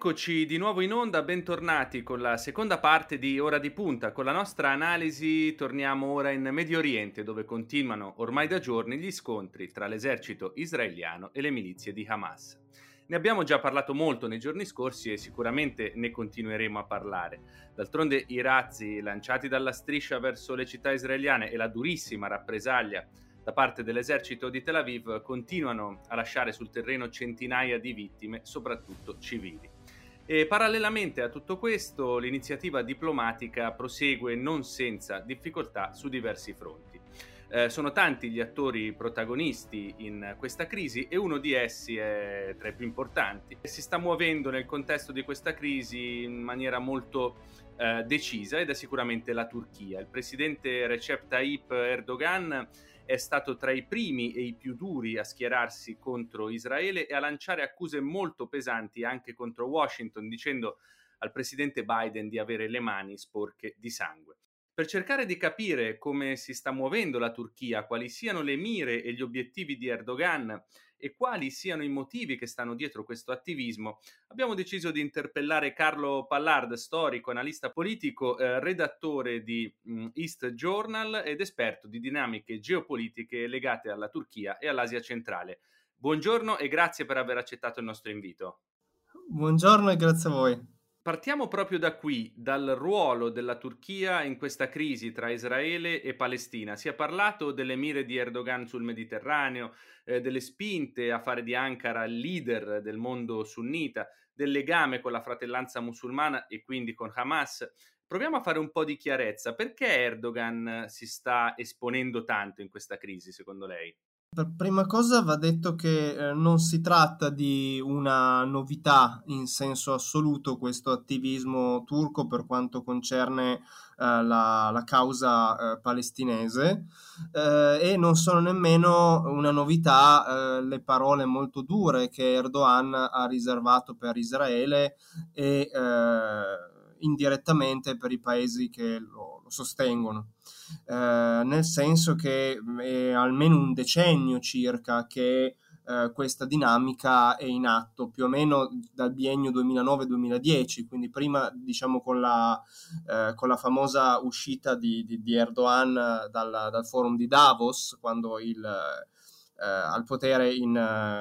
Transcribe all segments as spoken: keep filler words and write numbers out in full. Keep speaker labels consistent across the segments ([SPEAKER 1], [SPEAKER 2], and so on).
[SPEAKER 1] Eccoci di nuovo in onda, bentornati con la seconda parte di Ora di Punta. Con la nostra analisi torniamo ora in Medio Oriente, dove continuano ormai da giorni gli scontri tra l'esercito israeliano e le milizie di Hamas. Ne abbiamo già parlato molto nei giorni scorsi e sicuramente ne continueremo a parlare. D'altronde i razzi lanciati dalla striscia verso le città israeliane e la durissima rappresaglia da parte dell'esercito di Tel Aviv continuano a lasciare sul terreno centinaia di vittime, soprattutto civili. E parallelamente a tutto questo, l'iniziativa diplomatica prosegue non senza difficoltà su diversi fronti. Eh, sono tanti gli attori protagonisti in questa crisi e uno di essi è tra i più importanti. Si sta muovendo nel contesto di questa crisi in maniera molto eh, decisa ed è sicuramente la Turchia. Il presidente Recep Tayyip Erdogan è stato tra i primi e i più duri a schierarsi contro Israele e a lanciare accuse molto pesanti anche contro Washington, dicendo al presidente Biden di avere le mani sporche di sangue. Per cercare di capire come si sta muovendo la Turchia, quali siano le mire e gli obiettivi di Erdogan e quali siano i motivi che stanno dietro questo attivismo, abbiamo deciso di interpellare Carlo Pallard, storico, analista politico, eh, redattore di mh, East Journal ed esperto di dinamiche geopolitiche legate alla Turchia e all'Asia centrale. Buongiorno e grazie per aver accettato il nostro invito.
[SPEAKER 2] Buongiorno e grazie a voi.
[SPEAKER 1] Partiamo proprio da qui, dal ruolo della Turchia in questa crisi tra Israele e Palestina. Si è parlato delle mire di Erdogan sul Mediterraneo, eh, delle spinte a fare di Ankara il leader del mondo sunnita, del legame con la fratellanza musulmana e quindi con Hamas. Proviamo a fare un po' di chiarezza. Perché Erdogan si sta esponendo tanto in questa crisi, secondo lei?
[SPEAKER 2] Per prima cosa va detto che eh, non si tratta di una novità in senso assoluto questo attivismo turco per quanto concerne eh, la, la causa eh, palestinese eh, e non sono nemmeno una novità eh, le parole molto dure che Erdogan ha riservato per Israele e eh, indirettamente per i paesi che lo, lo sostengono. Eh, nel senso che è almeno un decennio circa che eh, questa dinamica è in atto, più o meno dal biennio duemilanove duemiladieci, quindi prima diciamo con la, eh, con la famosa uscita di, di, di Erdogan dal, dal forum di Davos, quando il, eh, al potere in,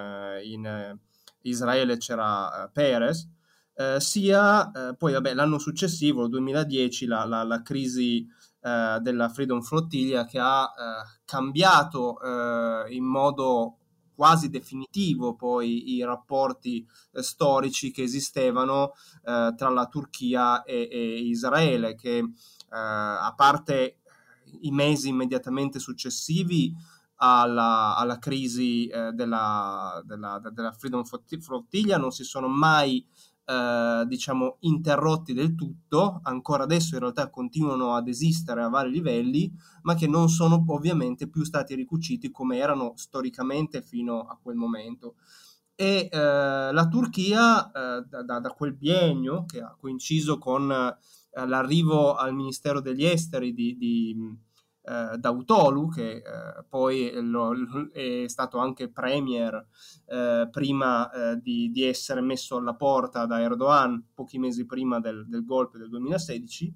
[SPEAKER 2] in Israele c'era Peres, eh, sia eh, poi vabbè, l'anno successivo, il duemiladieci, la, la, la crisi eh, della Freedom Flotilla che ha eh, cambiato eh, in modo quasi definitivo poi i rapporti eh, storici che esistevano eh, tra la Turchia e, e Israele, che eh, a parte i mesi immediatamente successivi alla, alla crisi eh, della, della, della Freedom Flotilla non si sono mai eh, diciamo interrotti del tutto, ancora adesso in realtà continuano ad esistere a vari livelli, ma che non sono ovviamente più stati ricuciti come erano storicamente fino a quel momento. E eh, la Turchia eh, da, da quel biennio che ha coinciso con eh, l'arrivo al Ministero degli Esteri di, di eh, Davutoglu, che eh, poi lo, lo, è stato anche premier eh, prima eh, di, di essere messo alla porta da Erdogan pochi mesi prima del, del golpe del duemilasedici,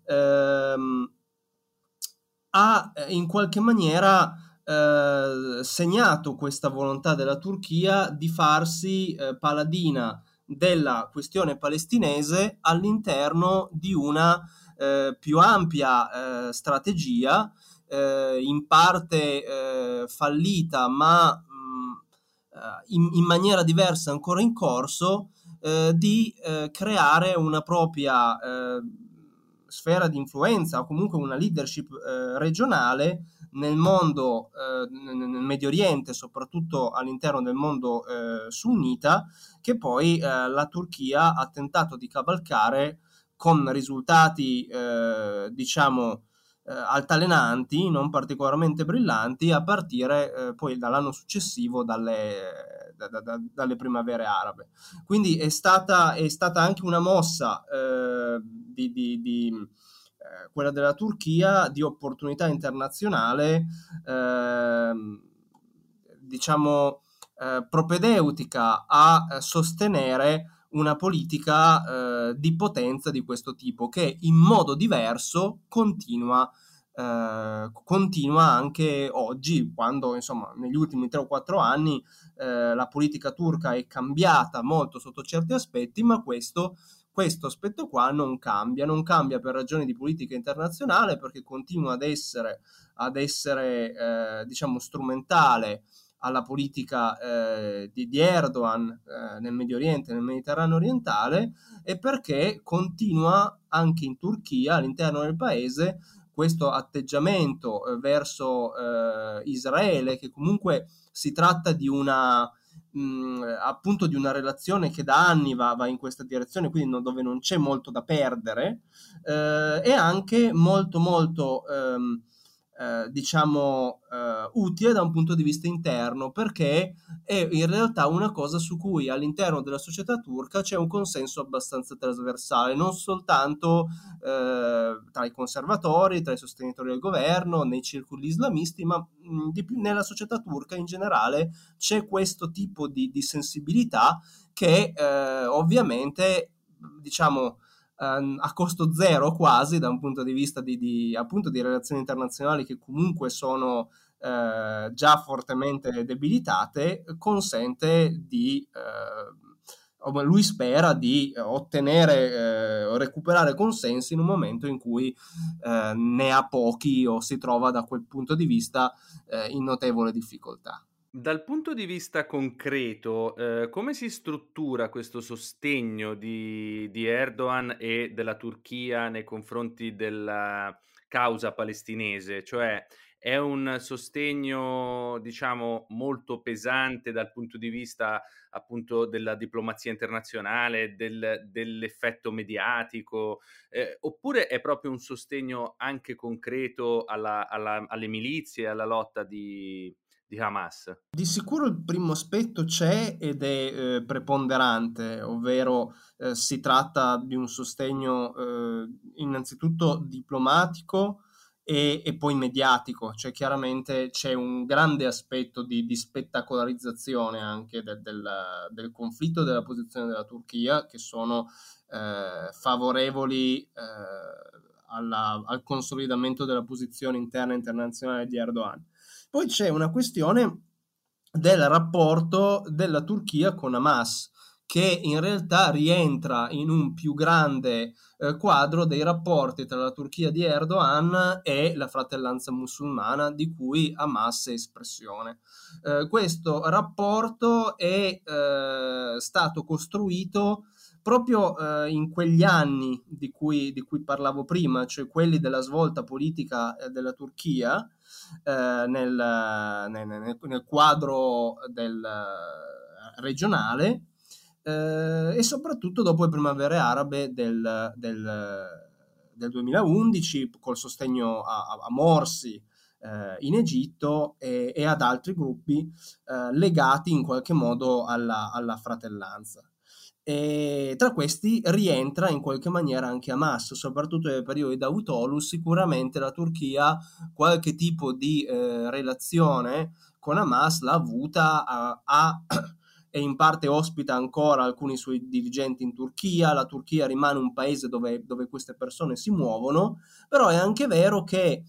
[SPEAKER 2] ehm, ha in qualche maniera eh, segnato questa volontà della Turchia di farsi eh, paladina della questione palestinese all'interno di una eh, più ampia eh, strategia, eh, in parte eh, fallita, ma mh, in, in maniera diversa ancora in corso, eh, di eh, creare una propria eh, sfera di influenza o comunque una leadership eh, regionale nel mondo, eh, nel Medio Oriente, soprattutto all'interno del mondo eh, sunnita, che poi eh, la Turchia ha tentato di cavalcare con risultati, eh, diciamo, eh, altalenanti, non particolarmente brillanti, a partire eh, poi dall'anno successivo dalle, da, da, dalle primavere arabe. Quindi è stata, è stata anche una mossa eh, di, di, di eh, quella della Turchia di opportunità internazionale, eh, diciamo, eh, propedeutica a eh, sostenere una politica eh, di potenza di questo tipo, che in modo diverso continua, eh, continua anche oggi, quando insomma negli ultimi tre o quattro anni eh, la politica turca è cambiata molto sotto certi aspetti, ma questo, questo aspetto qua non cambia, non cambia per ragioni di politica internazionale, perché continua ad essere, ad essere eh, diciamo strumentale alla politica eh, di, di Erdogan eh, nel Medio Oriente, nel Mediterraneo orientale, e perché continua anche in Turchia, all'interno del paese, questo atteggiamento eh, verso eh, Israele, che comunque si tratta di una mh, appunto di una relazione che da anni va, va in questa direzione, quindi no, dove non c'è molto da perdere, eh, e anche molto molto ehm, eh, diciamo eh, utile da un punto di vista interno, perché è in realtà una cosa su cui all'interno della società turca c'è un consenso abbastanza trasversale, non soltanto eh, tra i conservatori, tra i sostenitori del governo, nei circoli islamisti, ma mh, di più nella società turca in generale c'è questo tipo di, di sensibilità che eh, ovviamente, diciamo, ehm, a costo zero quasi, da un punto di vista di, di, appunto, di relazioni internazionali che comunque sono eh, già fortemente debilitate, consente di, eh, lui spera di ottenere eh, o recuperare consensi in un momento in cui eh, ne ha pochi o si trova da quel punto di vista eh, in notevole difficoltà.
[SPEAKER 1] Dal punto di vista concreto, ehm, come si struttura questo sostegno di di Erdogan e della Turchia nei confronti della causa palestinese? Cioè, è un sostegno, diciamo, molto pesante dal punto di vista, appunto, della diplomazia internazionale, del dell'effetto mediatico, ehm, oppure è proprio un sostegno anche concreto alla alla alle milizie, alla lotta di di Hamas?
[SPEAKER 2] Di sicuro il primo aspetto c'è ed è eh, preponderante, ovvero eh, si tratta di un sostegno eh, innanzitutto diplomatico e, e poi mediatico, cioè chiaramente c'è un grande aspetto di, di spettacolarizzazione anche del, del, del conflitto e della posizione della Turchia, che sono eh, favorevoli eh, alla, al consolidamento della posizione interna e internazionale di Erdogan. Poi c'è una questione del rapporto della Turchia con Hamas, che in realtà rientra in un più grande eh, quadro dei rapporti tra la Turchia di Erdogan e la fratellanza musulmana di cui Hamas è espressione. Eh, questo rapporto è eh, stato costruito proprio eh, in quegli anni di cui, di cui parlavo prima, cioè quelli della svolta politica eh, della Turchia, eh, nel, nel, nel, nel quadro del, eh, regionale, eh, e soprattutto dopo le primavere arabe del, del, del duemilaundici, col sostegno a, a Morsi eh, in Egitto e, e ad altri gruppi eh, legati in qualche modo alla, alla fratellanza. E tra questi rientra in qualche maniera anche Hamas, soprattutto nel periodo di Davutoglu. Sicuramente la Turchia qualche tipo di eh, relazione con Hamas l'ha avuta, a, a e in parte ospita ancora alcuni suoi dirigenti in Turchia. La Turchia rimane un paese dove, dove queste persone si muovono, però è anche vero che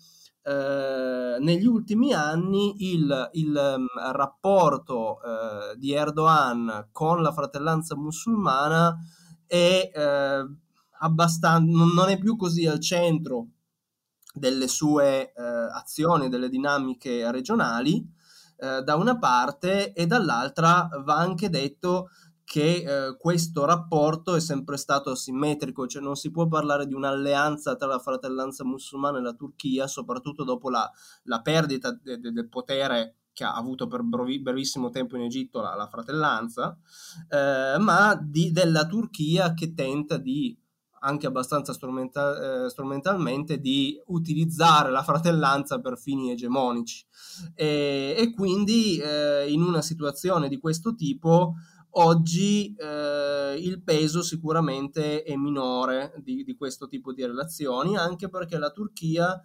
[SPEAKER 2] eh, negli ultimi anni il, il um, rapporto eh, di Erdogan con la fratellanza musulmana è eh, abbastanza, non, non è più così al centro delle sue eh, azioni, delle dinamiche regionali, eh, da una parte, e dall'altra va anche detto che eh, questo rapporto è sempre stato asimmetrico, cioè non si può parlare di un'alleanza tra la fratellanza musulmana e la Turchia, soprattutto dopo la, la perdita de, de, del potere che ha avuto per brovi, brevissimo tempo in Egitto la, la fratellanza, eh, ma di, della Turchia che tenta di anche abbastanza strumenta- eh, strumentalmente di utilizzare la fratellanza per fini egemonici e, e quindi eh, in una situazione di questo tipo oggi eh, il peso sicuramente è minore di, di questo tipo di relazioni, anche perché la Turchia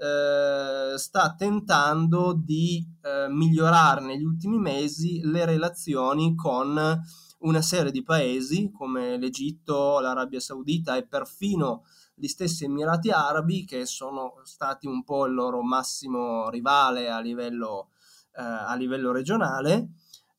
[SPEAKER 2] eh, sta tentando di eh, migliorare negli ultimi mesi le relazioni con una serie di paesi come l'Egitto, l'Arabia Saudita e perfino gli stessi Emirati Arabi, che sono stati un po' il loro massimo rivale a livello, eh, a livello regionale,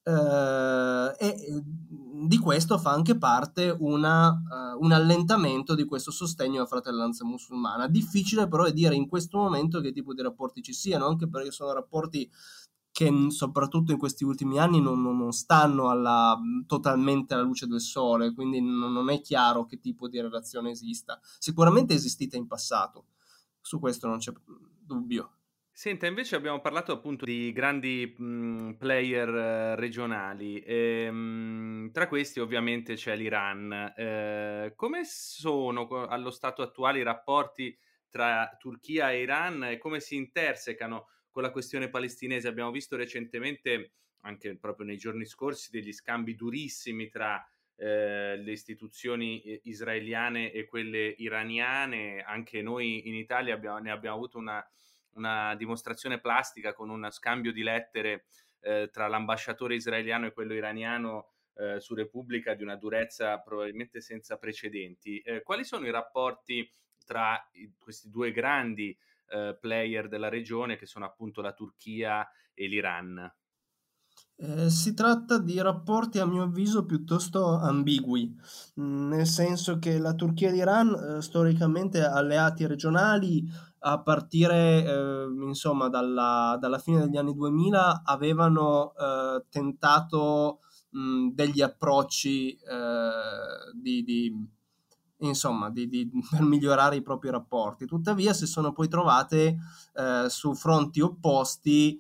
[SPEAKER 2] eh, e di questo fa anche parte una, uh, un allentamento di questo sostegno alla fratellanza musulmana. Difficile però è dire in questo momento che tipo di rapporti ci siano, anche perché sono rapporti che soprattutto in questi ultimi anni non, non, non stanno alla, totalmente alla luce del sole, quindi non, non è chiaro che tipo di relazione esista. Sicuramente è esistita in passato, su questo non c'è dubbio.
[SPEAKER 1] Senta, invece abbiamo parlato appunto di grandi, mhmm, player eh, regionali, ehm, tra questi ovviamente c'è l'Iran. Ehm, come sono co allo stato attuale i rapporti tra Turchia e Iran e come si intersecano con la questione palestinese? Abbiamo visto recentemente, anche proprio nei giorni scorsi, degli scambi durissimi tra, ehm, le istituzioni i israeliane e quelle iraniane. Anche noi in Italia abbia ne abbiamo avuto una una dimostrazione plastica con un scambio di lettere eh, tra l'ambasciatore israeliano e quello iraniano eh, su Repubblica di una durezza probabilmente senza precedenti. Eh, quali sono i rapporti tra i, questi due grandi eh, player della regione che sono appunto la Turchia e l'Iran?
[SPEAKER 2] Eh, si tratta di rapporti, a mio avviso, piuttosto ambigui, mh, nel senso che la Turchia e l'Iran, eh, storicamente alleati regionali, a partire, eh, insomma, dalla, dalla fine degli anni duemila, avevano eh, tentato mh, degli approcci eh, di, di, insomma, di, di- per migliorare i propri rapporti. Tuttavia, si sono poi trovate eh, su fronti opposti,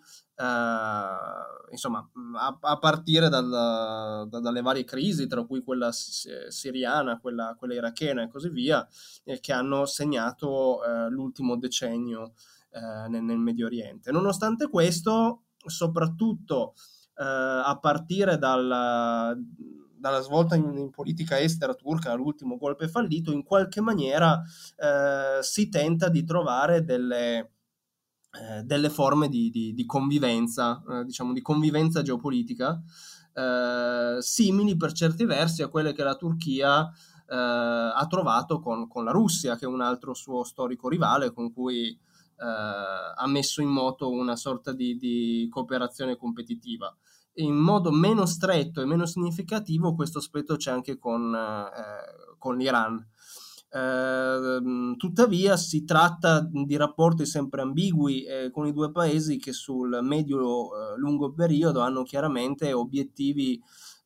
[SPEAKER 2] eh, insomma, a, a partire dal- da- dalle varie crisi, tra cui quella si- siriana, quella, quella irachena e così via, eh, che hanno segnato eh, l'ultimo decennio eh, nel, nel Medio Oriente. Nonostante questo, soprattutto eh, a partire dal, dalla svolta in, in, politica estera turca, l'ultimo golpe fallito, in qualche maniera eh, si tenta di trovare delle eh, delle forme di, di, di convivenza, eh, diciamo di convivenza geopolitica, eh, simili per certi versi a quelle che la Turchia eh, ha trovato con, con la Russia, che è un altro suo storico rivale con cui eh, ha messo in moto una sorta di, di cooperazione competitiva. In modo meno stretto e meno significativo questo aspetto c'è anche con, eh, con l'Iran. Eh, tuttavia si tratta di rapporti sempre ambigui eh, con i due paesi che sul medio-lungo periodo hanno chiaramente obiettivi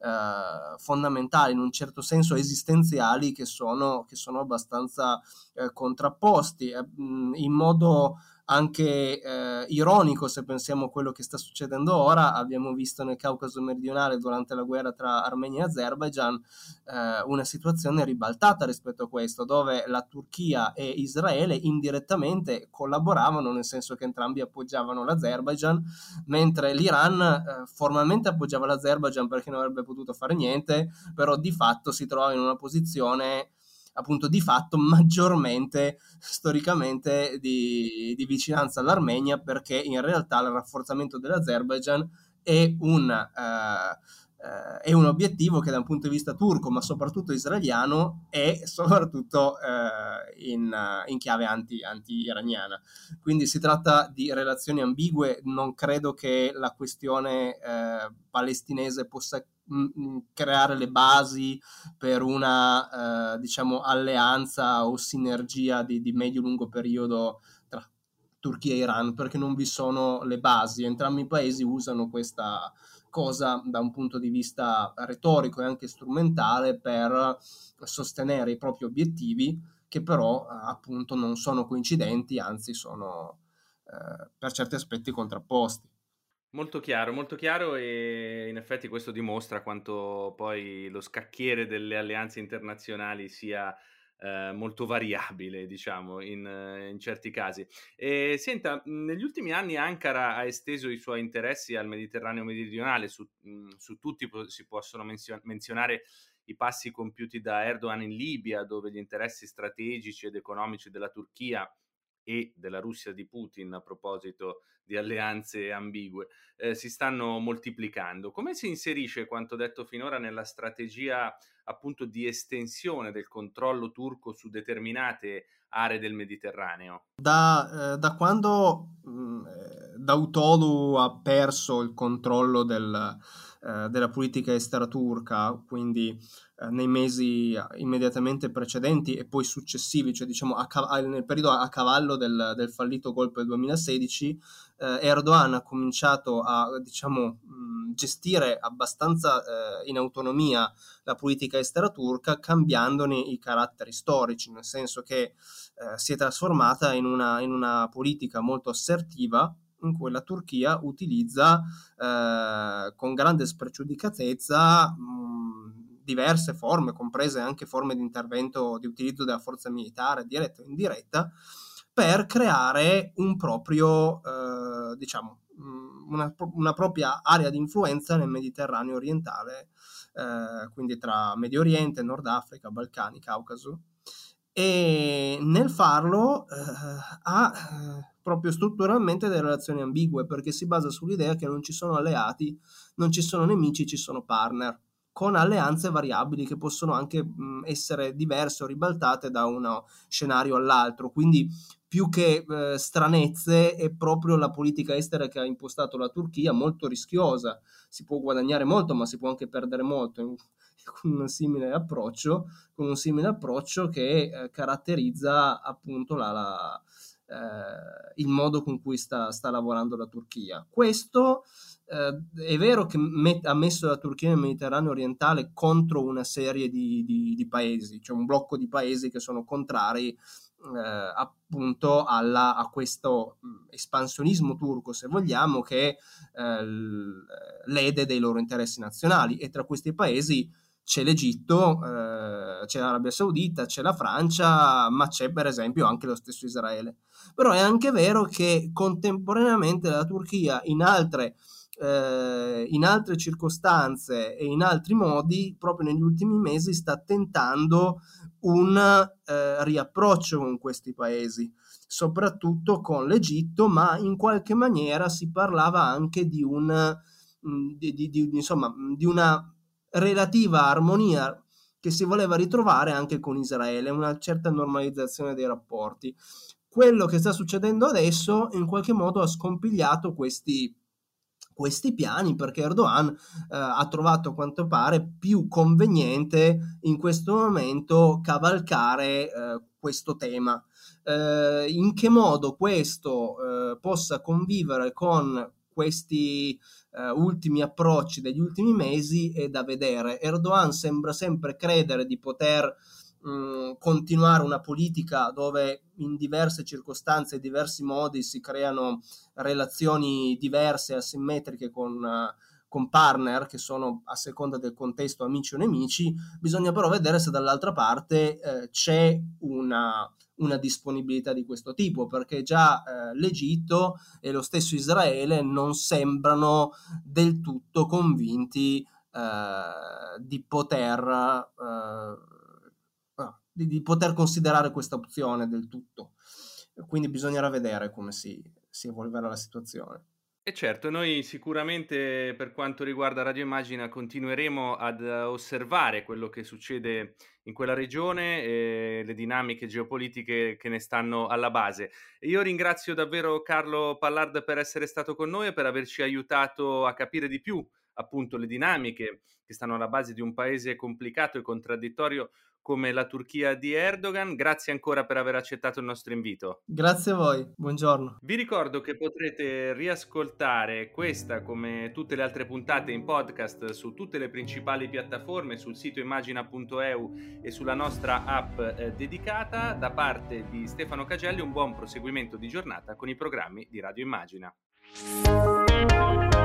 [SPEAKER 2] eh, fondamentali, in un certo senso esistenziali, che sono, che sono abbastanza eh, contrapposti, eh, in modo anche eh, ironico. Se pensiamo a quello che sta succedendo ora, abbiamo visto nel Caucaso meridionale durante la guerra tra Armenia e Azerbaijan eh, una situazione ribaltata rispetto a questo, dove la Turchia e Israele indirettamente collaboravano, nel senso che entrambi appoggiavano l'Azerbaijan, mentre l'Iran eh, formalmente appoggiava l'Azerbaijan perché non avrebbe potuto fare niente, però di fatto si trova in una posizione appunto di fatto maggiormente storicamente di, di vicinanza all'Armenia, perché in realtà il rafforzamento dell'Azerbaijan è un, eh, eh, è un obiettivo che da un punto di vista turco, ma soprattutto israeliano, è soprattutto eh, in, in chiave anti, anti-iraniana. Quindi si tratta di relazioni ambigue. Non credo che la questione eh, palestinese possa mh, creare le basi per una eh, diciamo alleanza o sinergia di, di medio-lungo periodo tra Turchia e Iran, perché non vi sono le basi. Entrambi i paesi usano questa cosa da un punto di vista retorico e anche strumentale per sostenere i propri obiettivi, che però appunto non sono coincidenti, anzi sono eh, per certi aspetti contrapposti.
[SPEAKER 1] Molto chiaro, molto chiaro e in effetti questo dimostra quanto poi lo scacchiere delle alleanze internazionali sia, ehm, molto variabile diciamo in eh, in certi casi. Ehm, senta, mhmm, negli ultimi anni Ankara ha esteso i suoi interessi al Mediterraneo meridionale, su mhmm, su tutti po si possono menzio menzionare i passi compiuti da Erdogan in Libia, dove gli interessi strategici ed economici della Turchia e della Russia di Putin, a proposito, di alleanze ambigue, eh, si stanno moltiplicando. Come si inserisce quanto detto finora nella strategia appunto di estensione del controllo turco su determinate aree del Mediterraneo?
[SPEAKER 2] Da, eh, da quando mh, eh, Davutoglu ha perso il controllo del, eh, della politica estera turca, quindi eh, nei mesi immediatamente precedenti e poi successivi, cioè diciamo a cav- nel periodo a cavallo del, del fallito golpe del duemilasedici, eh, Erdogan ha cominciato a diciamo mh, gestire abbastanza eh, in autonomia la politica estera turca, cambiandone i caratteri storici, nel senso che eh, si è trasformata in una, in una politica molto assertiva in cui la Turchia utilizza eh, con grande spregiudicatezza mh, diverse forme, comprese anche forme di intervento, di utilizzo della forza militare, diretta o indiretta, per creare un proprio, eh, diciamo, una, una propria area di influenza nel Mediterraneo orientale, eh, quindi tra Medio Oriente, Nord Africa, Balcani, Caucaso. E nel farlo eh, ha eh, proprio strutturalmente delle relazioni ambigue, perché si basa sull'idea che non ci sono alleati, non ci sono nemici, ci sono partner, con alleanze variabili che possono anche mh, essere diverse o ribaltate da uno scenario all'altro. Quindi più che eh, stranezze è proprio la politica estera che ha impostato la Turchia, molto rischiosa. Si può guadagnare molto, ma si può anche perdere molto con un simile approccio, con un simile approccio che eh, caratterizza appunto la, la, eh, il modo con cui sta, sta lavorando la Turchia. Questo eh, è vero che met- ha messo la Turchia nel Mediterraneo orientale contro una serie di, di, di paesi, cioè un blocco di paesi che sono contrari eh, appunto alla, a questo mh, espansionismo turco, se vogliamo, che eh, lede dei loro interessi nazionali, e tra questi paesi c'è l'Egitto, eh, c'è l'Arabia Saudita, c'è la Francia, ma c'è per esempio anche lo stesso Israele. Però è anche vero che contemporaneamente la Turchia in altre, eh, in altre circostanze e in altri modi, proprio negli ultimi mesi, sta tentando un eh, riapproccio con questi paesi, soprattutto con l'Egitto, ma in qualche maniera si parlava anche di un di, di, di, insomma, di una relativa armonia che si voleva ritrovare anche con Israele, una certa normalizzazione dei rapporti. Quello che sta succedendo adesso in qualche modo ha scompigliato questi, questi piani, perché Erdogan eh, ha trovato a quanto pare più conveniente in questo momento cavalcare eh, questo tema. Eh, in che modo questo eh, possa convivere con questi uh, ultimi approcci degli ultimi mesi è da vedere. Erdogan sembra sempre credere di poter mh, continuare una politica dove in diverse circostanze e diversi modi si creano relazioni diverse, asimmetriche con, uh, con partner che sono a seconda del contesto amici o nemici. Bisogna però vedere se dall'altra parte eh, c'è una una disponibilità di questo tipo, perché già eh, l'Egitto e lo stesso Israele non sembrano del tutto convinti eh, di poter eh, di, di poter considerare questa opzione del tutto. Quindi bisognerà vedere come si, si evolverà la situazione.
[SPEAKER 1] E certo, noi sicuramente per quanto riguarda Radio Immagina continueremo ad osservare quello che succede in quella regione e le dinamiche geopolitiche che ne stanno alla base. E io ringrazio davvero Carlo Pallard per essere stato con noi e per averci aiutato a capire di più appunto le dinamiche che stanno alla base di un paese complicato e contraddittorio come la Turchia di Erdogan. Grazie ancora per aver accettato il nostro invito.
[SPEAKER 2] Grazie a voi, buongiorno.
[SPEAKER 1] Vi ricordo che potrete riascoltare questa come tutte le altre puntate in podcast su tutte le principali piattaforme, sul sito immagina punto e u e sulla nostra app eh, dedicata. Da parte di Stefano Cagelli un buon proseguimento di giornata con i programmi di Radio Immagina.